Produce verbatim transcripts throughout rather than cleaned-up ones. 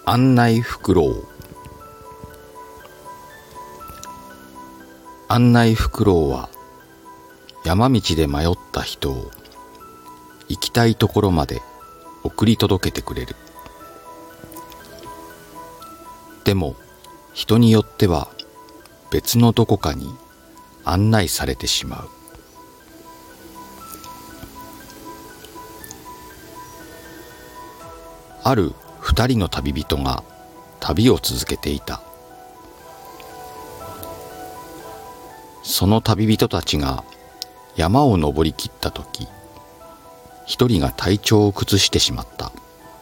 案内フクロウ。案内フクロウは山道で迷った人を行きたいところまで送り届けてくれる。でも人によっては別のどこかに案内されてしまう。ある二人の旅人が旅を続けていた。その旅人たちが山を登りきったとき、一人が体調を崩してしまった。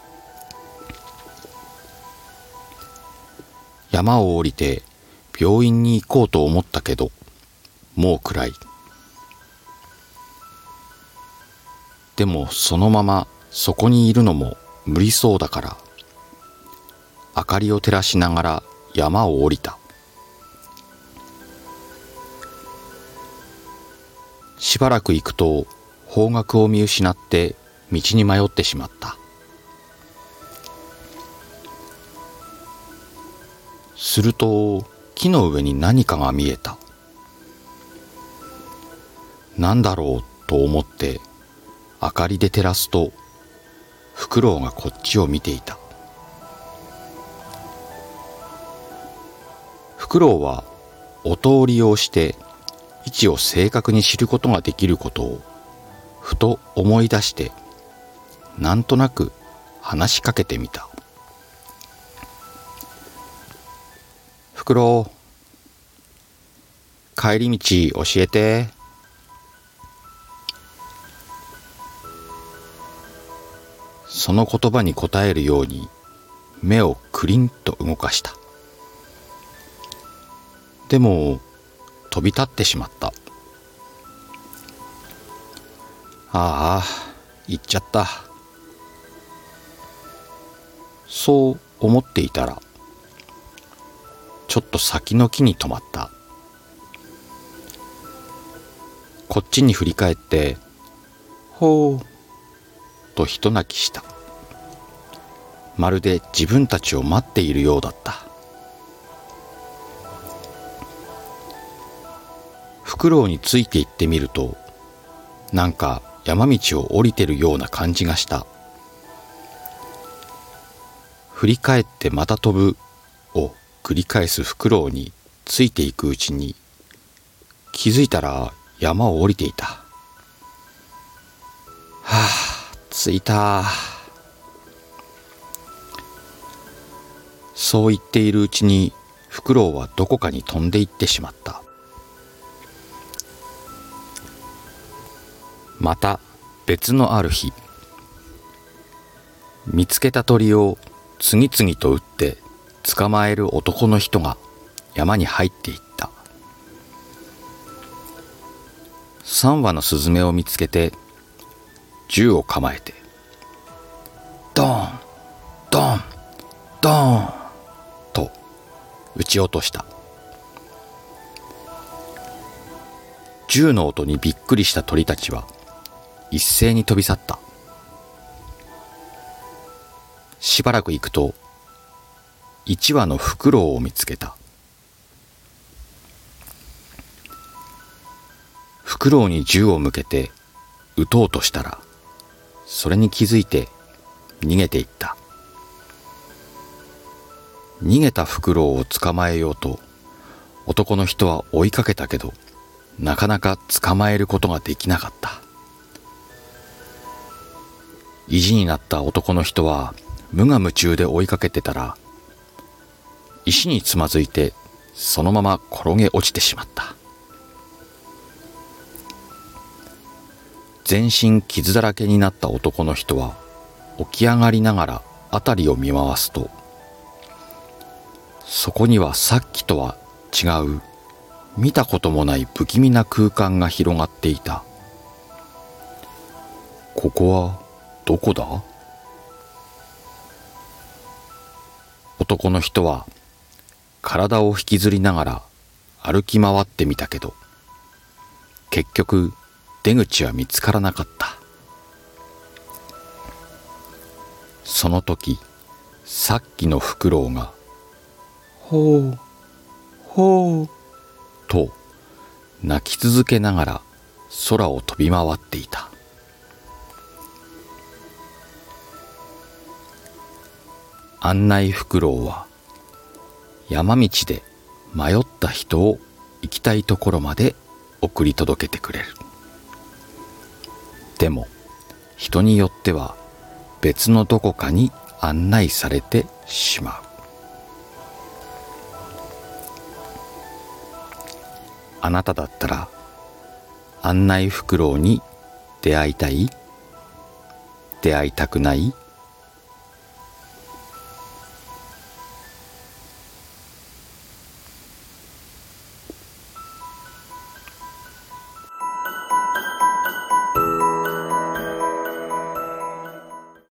山を降りて病院に行こうと思ったけど、もう暗い。でもそのままそこにいるのも無理そうだから、明かりを照らしながら山を降りた。しばらく行くと方角を見失って道に迷ってしまった。すると木の上に何かが見えた。なんだろうと思って明かりで照らすと、フクロウがこっちを見ていた。フクロウは音を利用して位置を正確に知ることができることをふと思い出して、なんとなく話しかけてみた。フクロウ、帰り道教えて。その言葉に答えるように目をクリンと動かした。でも飛び立ってしまった。ああ、行っちゃった。そう思っていたら、ちょっと先の木に止まった。こっちに振り返って、ほうと一泣きした。まるで自分たちを待っているようだった。フクロウについて行ってみると、なんか山道を降りてるような感じがした。振り返ってまた飛ぶを繰り返すフクロウについていくうちに、気づいたら山を降りていた。はあ、着いた。そう言っているうちにフクロウはどこかに飛んでいってしまった。また別のある日、見つけた鳥を次々と撃って捕まえる男の人が山に入っていった。三羽のスズメを見つけて銃を構えて、ドーンドーンドーンと撃ち落とした。銃の音にびっくりした鳥たちは一斉に飛び去った。しばらく行くと一羽のフクロウを見つけた。フクロウに銃を向けて撃とうとしたら、それに気づいて逃げていった。逃げたフクロウを捕まえようと男の人は追いかけたけど、なかなか捕まえることができなかった。意地になった男の人は無我夢中で追いかけてたら、石につまずいてそのまま転げ落ちてしまった。全身傷だらけになった男の人は起き上がりながら辺りを見回すと、そこにはさっきとは違う、見たこともない不気味な空間が広がっていた。ここはどこだ？男の人は体を引きずりながら歩き回ってみたけど、結局出口は見つからなかった。その時、 さっきのフクロウがほうほうと泣き続けながら空を飛び回っていた。案内フクロウは山道で迷った人を行きたいところまで送り届けてくれる。でも人によっては別のどこかに案内されてしまう。あなただったら案内フクロウに出会いたい？出会いたくない？